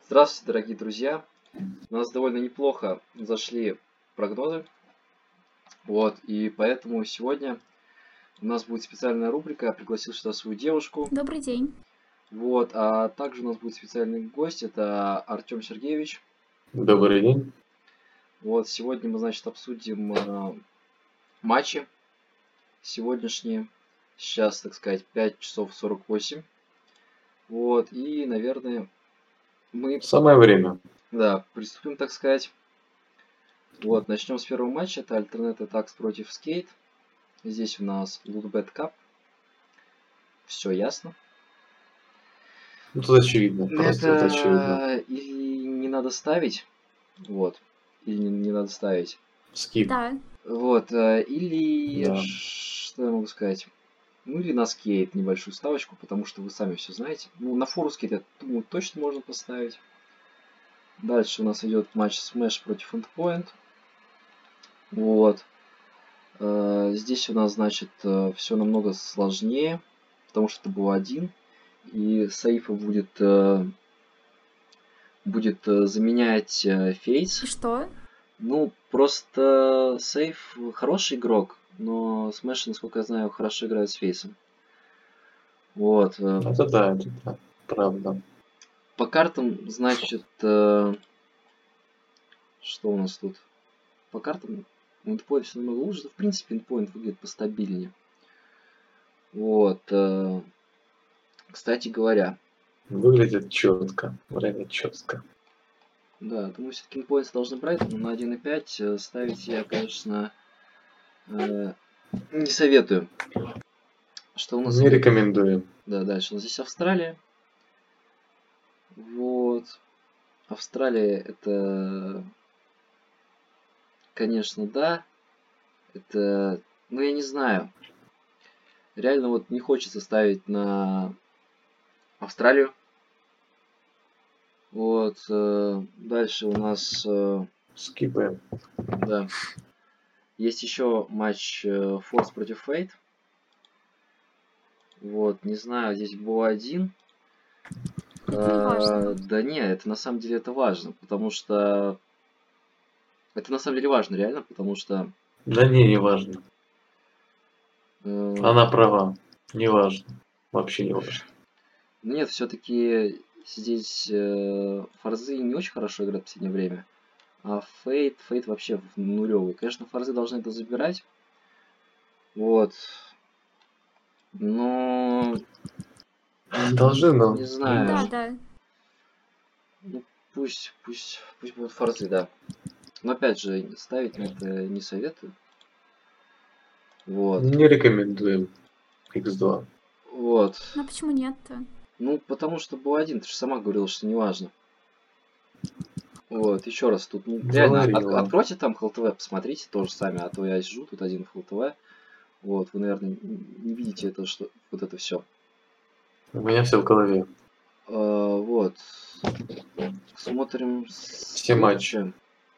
Здравствуйте, дорогие друзья! У нас довольно неплохо зашли прогнозы. И поэтому сегодня у нас будет специальная рубрика. Я пригласил сюда свою девушку. Добрый день. А также у нас будет специальный гость. Это Артем Сергеевич. Добрый день. Сегодня мы, обсудим матчи сегодняшние. Сейчас, 5 часов 48. И, наверное, мы... Самое время. Да, приступим, начнем с первого матча. Это Alternate Attacks против Skate. Здесь у нас Lootbet Cup. Все ясно. Ну, тут очевидно. Просто это очевидно. Или не надо ставить. Или не надо ставить. Скип. Да. Или... Да. Что я могу сказать? Или на скейт небольшую ставочку, потому что вы сами все знаете. На фору скейт, я думаю, точно можно поставить. Дальше у нас идет матч Smash против Endpoint. Здесь у нас, все намного сложнее, потому что это был один. И Сейфа будет заменять Фейс. И что? Просто Сейф хороший игрок, но Смэш, насколько я знаю, хорошо играет с Фейсом. Это да, правда. По картам, что у нас тут? По картам Endpoint все намного лучше. В принципе, Endpoint выглядит постабильнее. Кстати говоря. Выглядит четко. Время четко. Да, думаю, все-таки Endpoint должны брать, но на 1.5 ставить я, конечно, не советую. Что у нас? Не рекомендую. Да, дальше. У нас здесь Австралия. Австралия это... Конечно, да. Это... я не знаю. Реально не хочется ставить на Австралию. Дальше у нас... Скипаем. Да. Есть еще матч Force против Fate. Не знаю, здесь был один. Это не важно. Да не, это на самом деле это важно, потому что... Это на самом деле важно, реально, потому что... Да не важно. Она права. Не важно. Вообще не важно. Нет, все-таки здесь Форзы не очень хорошо играют в последнее время. А Фейт вообще нулевый. Конечно, Форзы должны это забирать. Но... Должны, но... Не знаю. Да. Пусть будут Форзы, да. Но опять же, ставить на это не советую. Не рекомендуем X2. Ну почему нет-то? Потому что был один, ты же сама говорила, что не важно. Еще раз, тут реально, откройте там ХЛТВ, посмотрите тоже сами, а то я сижу, тут один в ХЛТВ. Вы, наверное, не видите это, что вот это все. У меня все в голове. Смотрим все матчи.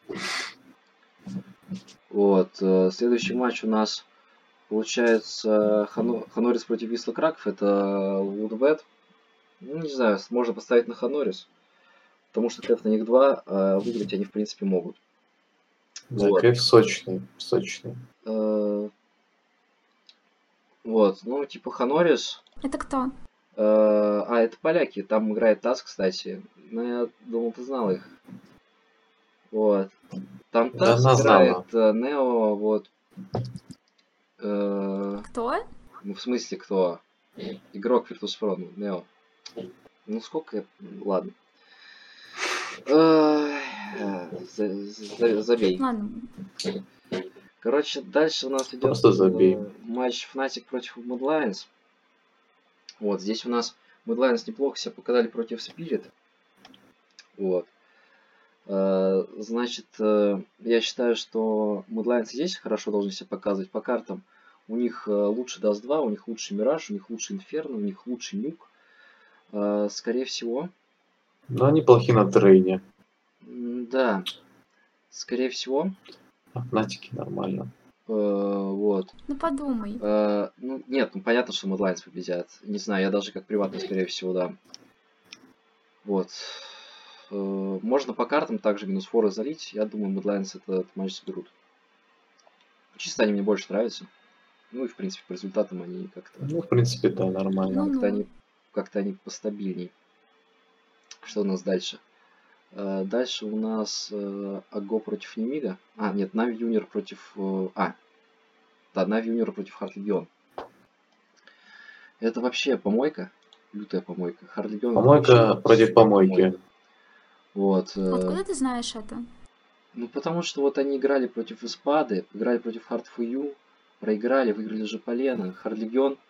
Следующий матч у нас получается Ханорис против Висла Краков. Это Лудбет. Не знаю, можно поставить на Ханорис. Потому что КФ на них 2, а выиграть они в принципе могут. Да, КФ сочный. Ханорис. Это кто? Это поляки. Там играет Таск, кстати. Я думал, ты знал их. Там Таск играет Нео, Кто? В смысле, кто? Игрок Virtus.pro, Нео. Сколько? Ладно. Забей. Ладно. Короче, дальше у нас идет матч Fnatic против Mad Lions. Здесь у нас Mad Lions неплохо себя показали против Spirit. Я считаю, что Mad Lions здесь хорошо должны себя показывать по картам. У них лучше Dust 2, у них лучше Мираж, у них лучше Inferno, у них лучше Нюк. Скорее всего. Но они плохи на трейне. Да. Скорее всего. А Fnatic нормально. Ну подумай. Нет, понятно, что Mad Lions победят. Не знаю, я даже как приватный, скорее всего, да. Можно по картам также минус форы залить. Я думаю, Мэдлайнс этот матч заберут. Чисто они мне больше нравятся. Ну и в принципе по результатам они как-то... Ну, в принципе, да, нормально. Как-то они постабильней. Что у нас дальше? Дальше у нас Аго против Немига. Нет, Нави Юниор против... Нави Юниор против Хард Легион. Это вообще помойка. Лютая помойка. Хард Легион... Помойка против помойки. Вот. Откуда ты знаешь это? Ну, потому что вот они играли против Испады, играли против Hard for You, проиграли, выиграли же полено. Хард Легион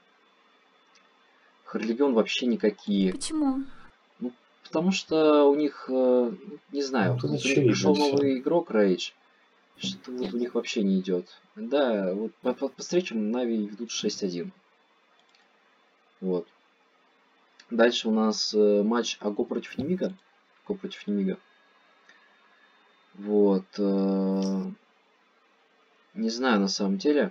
вообще никакие. Почему? Ну, потому что у них, не знаю, Ну, у них пришел новый игрок, Рейдж, что вот у них вообще не идет. Да, вот по встречам Нави ведут 6-1. Вот. Дальше у нас матч Аго против Немига. Вот. Не знаю, на самом деле.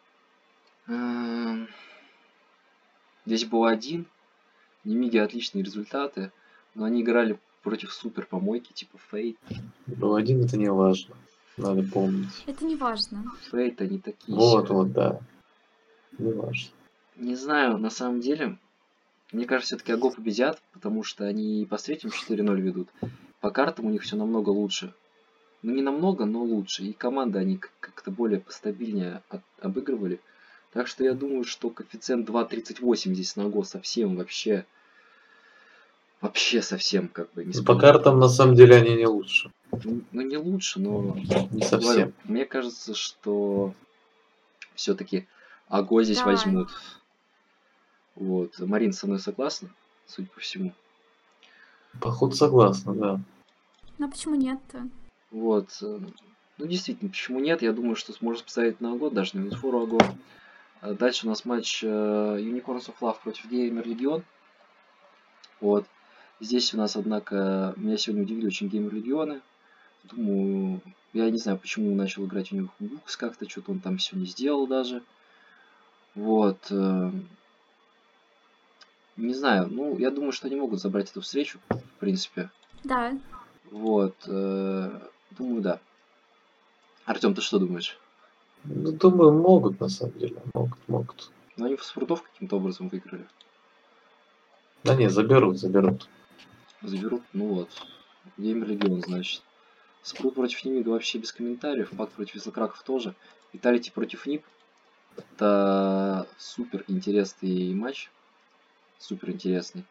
Здесь был один. Немиги отличные результаты. Но они играли против супер помойки, типа Фейт. Был один, это не важно. Надо помнить. Это не важно. Фейт, они такие. Вот, да. Не важно. Не знаю, на самом деле. Мне кажется, все-таки Аго победят, потому что они по встречам 4-0 ведут. По картам у них все намного лучше. Ну, не намного, но лучше. И команды они как-то более постабильнее обыгрывали. Так что я думаю, что коэффициент 2.38 здесь на Аго совсем вообще совсем как бы не По картам на самом деле они не лучше. Ну, не лучше, но... Не совсем. Мне кажется, что все-таки Аго здесь возьмут. Вот. Марин со мной согласна, судя по всему. Походу согласна, да. Ну, а почему нет-то? Вот. Ну, действительно, почему нет? Я думаю, что сможем поставить на Аго, даже на минусфору Аго. Дальше у нас матч Unicorns of Love против Gamer Legion. Вот. Здесь у нас, однако, меня сегодня удивили очень Gamer Легионы. Думаю, я не знаю, почему начал играть у него Букс как-то, что-то он там все не сделал даже. Вот. Не знаю, ну, я думаю, что они могут забрать эту встречу, в принципе. Да. Вот. Думаю, да. Артем, ты что думаешь? Ну, думаю, могут, на самом деле. Могут. Но они в спрутов каким-то образом выиграли. Да не, заберут. Заберут? Ну вот. Геймер Легион, значит. Спрут против Немига вообще без комментариев. Пак против Вислокраков тоже. Виталити против Нип. Это супер интересный матч. Супер интересный.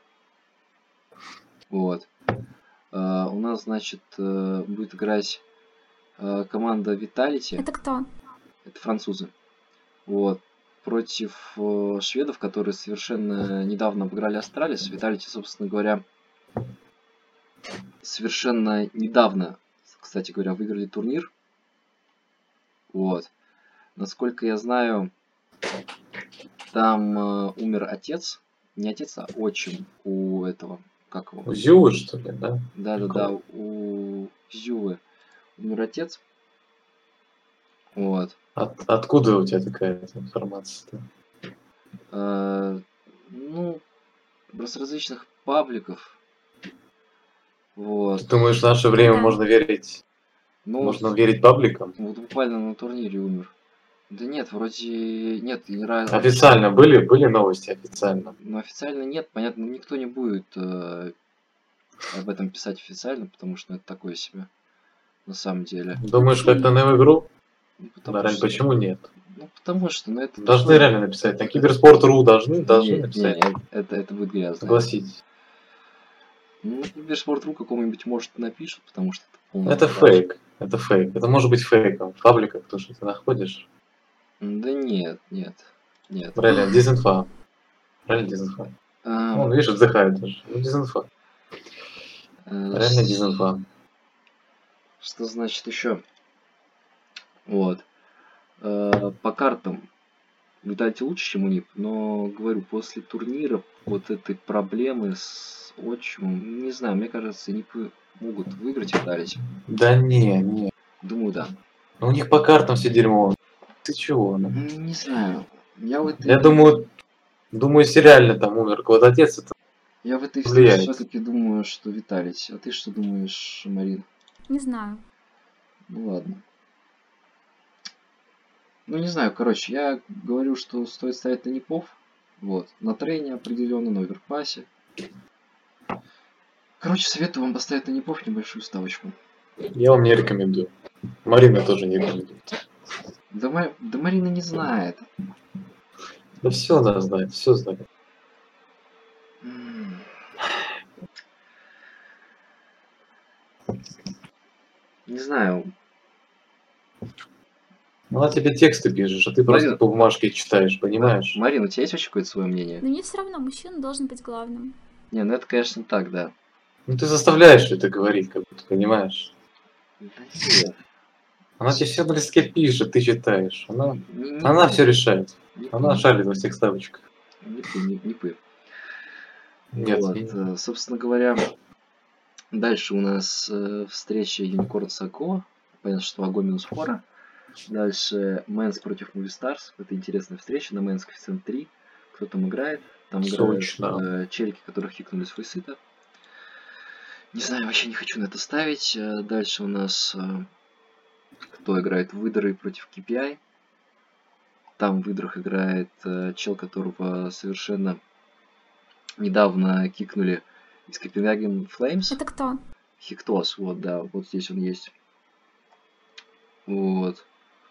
Вот. У нас, значит, будет играть команда Vitality. Это кто? Это французы. Вот. Против шведов, которые совершенно недавно обыграли Астралис. Vitality, собственно говоря, совершенно недавно, кстати говоря, выиграли турнир. Вот. Насколько я знаю, там умер отец. Не отец, а отчим у этого. Как его? У Зювы, что ли, да? Да. У Зювы умер отец. Вот. Откуда у тебя такая информация-то? Ну, с различных пабликов. Вот. Ты думаешь, в наше время можно верить? Можно верить пабликам? Вот буквально на турнире умер. Да нет, вроде нет. Официально были новости официально? Ну, официально нет, понятно, никто не будет об этом писать официально, потому что это такое себе. На самом деле. Думаешь, как-то на игру? Ну, почему нет? Ну, потому что, ну, это... Должны реально написать. На Киберспорт.ру должны написать. Нет, это будет грязно. Согласитесь. Ну, Киберспорт.ру какому-нибудь, может, напишут, потому что это полный... Это фейк. Это может быть фейком. В пабликах, то, что ты находишь. Да нет. Реально, дезинфа. Вон, видишь, вздыхает даже. Ну, дезинфа. Реально дезинфа. Что значит еще? Вот. По картам Vitality лучше, чем у НИП, но, говорю, после турнира вот этой проблемы с отчимом, не знаю, мне кажется, НИПы могут выиграть Vitality. Да не. Думаю, да. Но у них по картам все дерьмо. Ты чего? Ну? Не знаю. Я думаю, если реально там умер кого-то отец, это Я в этой встрече Влияет. все-таки думаю, что Виталич. А ты что думаешь, Марин? Не знаю. Ну ладно. Ну не знаю, короче, я говорю, что стоит ставить на Непов. Вот. На трейне определенно, на оверпасе. Короче, советую вам поставить на Непов небольшую ставочку. Я вам не рекомендую. Марина тоже не рекомендует. Да Марина не знает. Да все она знает, все знает. М. Не знаю. Она тебе тексты пишешь, а ты просто Марина, по бумажке читаешь, понимаешь? Марина, у тебя есть вообще какое-то свое мнение? Но мне все равно мужчина должен быть главным. Не, ну это, конечно, так, да. Ну ты заставляешь это говорить, как будто, понимаешь? Да нет. Она тебе все на листке пишет, ты читаешь. Не Она пы, все решает. не пы, Она шарит во всех ставочках. не пы. Нет, Вот, собственно говоря, дальше у нас встреча Unicorn Сако. Понятно, что Аго минус Хора. Дальше Мэнс против Movistar. Это интересная встреча. На Мэнс коэффициент 3. Кто там играет? Там играют сочно. челики, которых хикнули с фейсита. Не знаю, вообще не хочу на это ставить. Дальше у нас кто играет? Выдры против KPI. Там в выдрах играет чел, которого совершенно недавно кикнули из Copenhagen Flames. Это кто? Хиктос, вот, да, вот здесь он есть. Вот.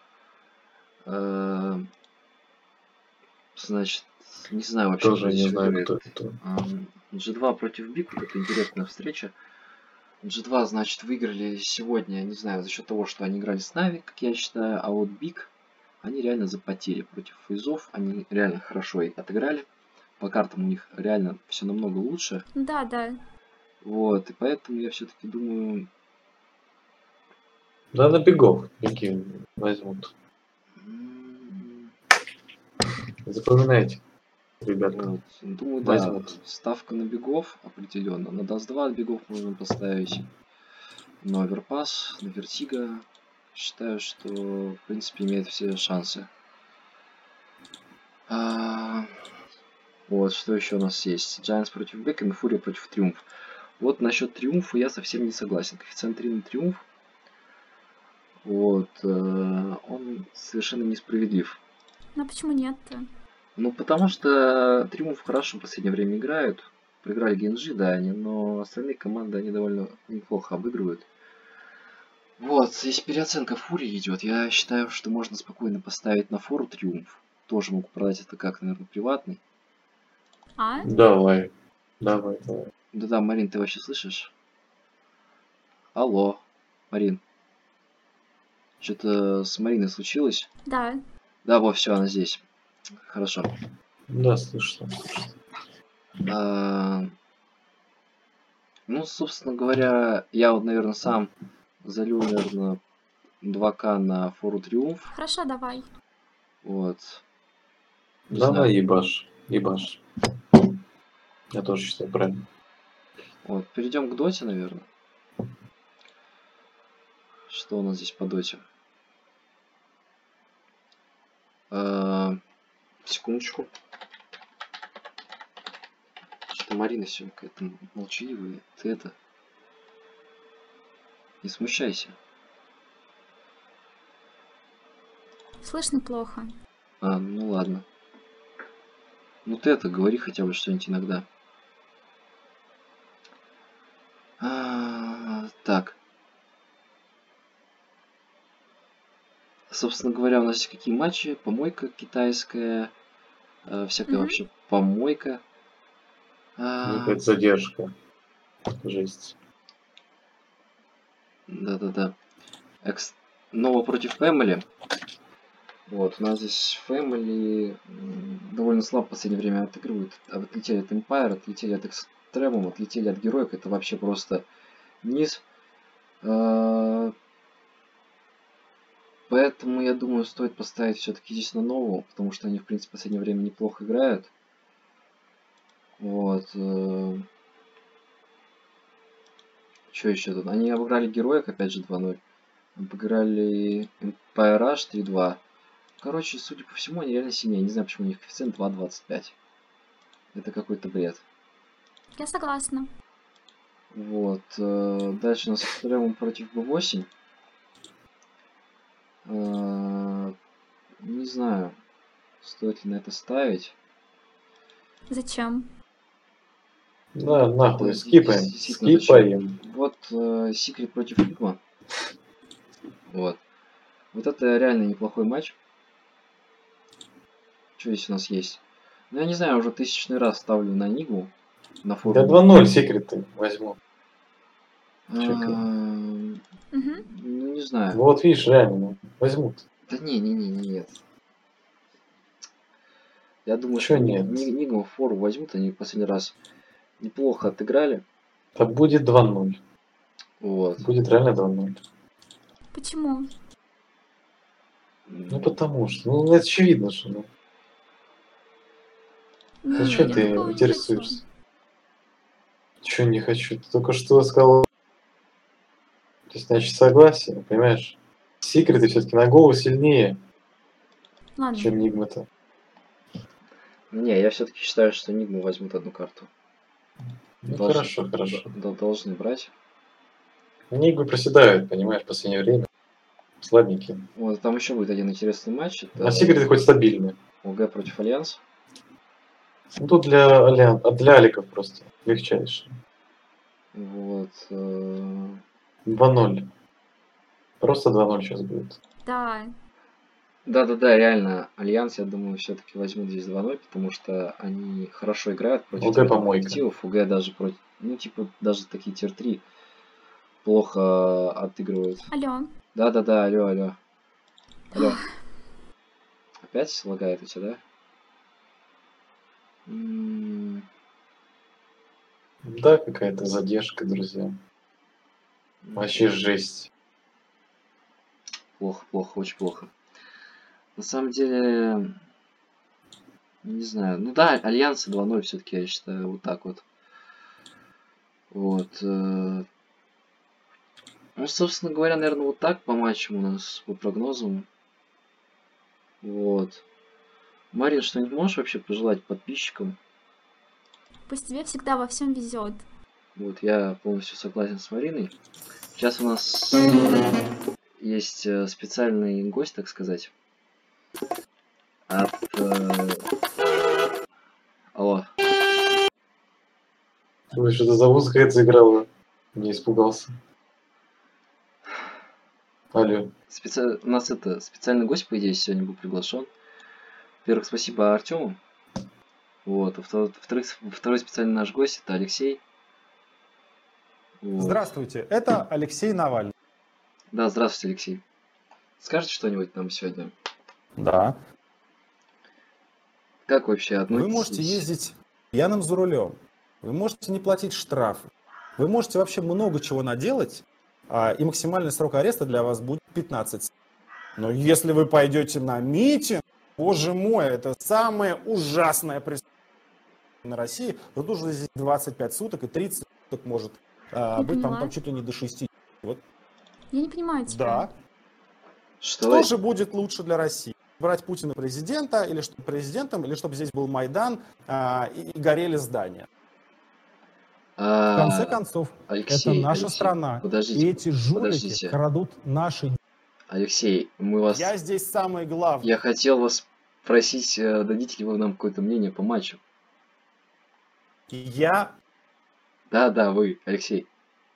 Значит, не знаю вообще, кто Тоже здесь не знаю, выиграет. кто это. G2 против Big, вот это интересная встреча. G2, значит, выиграли сегодня, не знаю, за счет того, что они играли с Нави, как я считаю, а вот Big, они реально запотели против фейзов, они реально хорошо их отыграли. По картам у них реально все намного лучше. Да, да. Вот, и поэтому я все-таки думаю... Да на бегов какие возьмут. Запоминайте, ребятка. Вот. Думаю, да, Возьмут. ставка на бегов определенно. На Даст 2 бегов можно поставить. На Оверпас, на Вертига. Считаю, что в принципе имеет все шансы. Вот, что еще у нас есть? Giants против Бэк и Фурия против Триумф. Вот насчет Триумфа я совсем не согласен. Коэффициент 3 на Триумф. Вот, он совершенно несправедлив. Ну а почему нет-то? Ну, потому что Триумф хорошо в последнее время играют. Проиграли Генджи, да, они, но остальные команды, они довольно неплохо обыгрывают. Вот, здесь переоценка Фурии идет. Я считаю, что можно спокойно поставить на фору Триумф. Тоже могу продать это как, наверное, приватный. А? Давай. Давай. Да-да, Марин, ты вообще слышишь? Алло, Марин. Что-то с Мариной случилось? Да. Да, вот, все, она здесь. Хорошо. Да, слышно. Ну, собственно говоря, я вот, наверное, сам залью, наверное, 2К на фору Триумф. Хорошо, давай. Вот. Не Давай, знаю. ебашь. Ебашь. Я тоже считаю правильно. Вот, перейдем к доте, наверное. Что у нас здесь по доте? Секундочку. Что Марина сегодня какая-то молчаливая. Ты это... Не смущайся. Слышно плохо. Ну ладно. Ну ты это, говори хотя бы что-нибудь иногда. Так. Собственно говоря, у нас здесь какие матчи? Помойка китайская. Всякая вообще помойка. Какая-то задержка. Жесть. Да-да-да. Нова против Family. Вот, у нас здесь Family довольно слабо в последнее время отыгрывают. Отлетели от Empire, отлетели от Extremum, отлетели от Героик. Это вообще просто низ. Поэтому, я думаю, стоит поставить все-таки здесь на новую, потому что они, в принципе, в последнее время неплохо играют. Вот. Что еще тут? Они обыграли Героик, опять же, 2-0. Обыграли Empire Rush 3-2. Короче, судя по всему, они реально сильнее. Не знаю, почему у них коэффициент 2.25. Это какой-то бред. Я согласна. Вот. Дальше у нас Экстрем против B8. Не знаю, стоит ли на это ставить. Зачем? Да, нахуй, Да, скипаем. действительно, зачем? Скипаем. Вот Секрет против Нигма. Вот. Вот это реально неплохой матч. Что здесь у нас есть? Ну, я не знаю, уже тысячный раз ставлю на Нигму. На Да форуме. 2-0 секреты возьму. Чекай. Угу. Ну, не знаю. Вот видишь, реально, ну, возьмут. Да нет. Я думаю, Чё что нет? Нигму в фору возьмут. Они в последний раз неплохо отыграли. Да будет 2-0. Вот. Будет реально 2-0. Почему? Ну потому что, ну очевидно, что ну. Не, Да что я ты такого не интересуешься? хочу. Чё не хочу? Ты только что сказал. То есть, значит, согласие, понимаешь? Секреты все-таки на голову сильнее, Ладно. чем Нигма-то. Не, я все-таки считаю, что Нигму возьмут одну карту. Ну хорошо. Должны брать. Нигмы проседают, понимаешь, в последнее время. Слабенькие. Вот, там еще будет один интересный матч. А Это секреты хоть стабильные. ОГ против Альянс. Ну тут для аликов просто легчайшее. Вот. 2-0. Просто 2-0 сейчас будет. Да. Да, реально, Альянс, я думаю, все-таки возьмут здесь 2-0, потому что они хорошо играют против ОГ таких помойка. коллективов. ОГ даже против, ну, типа, даже такие тир-3 плохо отыгрывают. Алло. Да, алло. Опять лагает у тебя, да? Да, какая-то задержка, друзья. Вообще жесть. Плохо, очень плохо. На самом деле, не знаю. Ну да, Альянсы 2-0 все-таки, я считаю, вот так вот. Вот. Ну, собственно говоря, наверное, вот так по матчам у нас, по прогнозам. Вот. Марин, что-нибудь можешь вообще пожелать подписчикам? Пусть тебе всегда во всем везет. Вот, я полностью согласен с Мариной. Сейчас у нас есть специальный гость, так сказать. От... Алло. Ой, что-то за музыка это заиграла. Не испугался. Алло. У нас это специальный гость, по идее, сегодня был приглашен. Во-первых, спасибо Артему. Вот. Во-вторых, второй специальный наш гость это Алексей. Вот. Здравствуйте, это Алексей Навальный. Да, здравствуйте, Алексей. Скажите что-нибудь нам сегодня? Да. Как вообще относитесь? Вы можете ездить пьяным за рулем. Вы можете не платить штрафы. Вы можете вообще много чего наделать, и максимальный срок ареста для вас будет 15. Но если вы пойдете на митинг, боже мой, это самое ужасное преступление на России, то должен здесь 25 суток и 30 суток может быть, там чуть ли не до 6. Вот. Я не понимаю тебя. Да. Что же будет лучше для России? Брать Путина президента, или чтобы президентом, или чтобы здесь был Майдан и горели здания? В конце концов, это наша страна. И эти жулики крадут наши... Алексей, мы вас... Я здесь самый главный. Я хотел вас спросить, дадите ли вы нам какое-то мнение по матчу? Я... Да, вы, Алексей.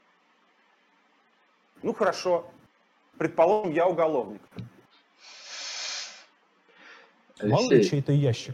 Ну хорошо. Предположим, я уголовник. Алексей. Мало ли чей-то ящик.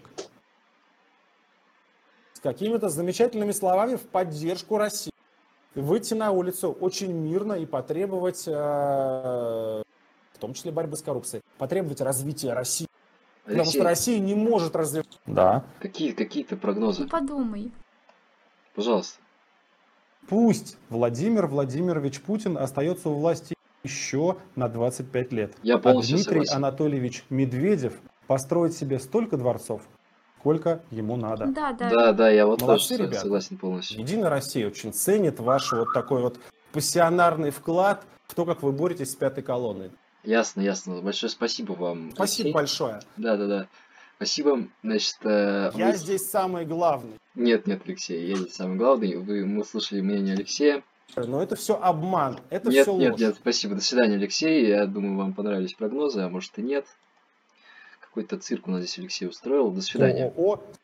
С какими-то замечательными словами в поддержку России. Выйти на улицу очень мирно и потребовать, в том числе борьбы с коррупцией, потребовать развития России. Алексей. Потому что Россия не может развиваться. Да. Какие-то прогнозы? Ну подумай. Пожалуйста. Пусть Владимир Владимирович Путин остается у власти еще на 25 лет. Я полностью Дмитрий согласен. Анатольевич Медведев построит себе столько дворцов, сколько ему надо. Да, я вот молодцы, тоже ребята. Согласен полностью. Единая Россия очень ценит ваш вот такой вот пассионарный вклад в то, как вы боретесь с пятой колонной. Ясно. Большое спасибо вам. Спасибо Алексей. большое. Да. Спасибо. Значит, Я здесь самый главный. Нет, Алексей, я здесь самый главный. Мы слышали мнение Алексея. Но это все обман, это Нет, все ложь. нет, спасибо. До свидания, Алексей. Я думаю, вам понравились прогнозы, а может и нет. Какой-то цирк у нас здесь Алексей устроил. До свидания. ООО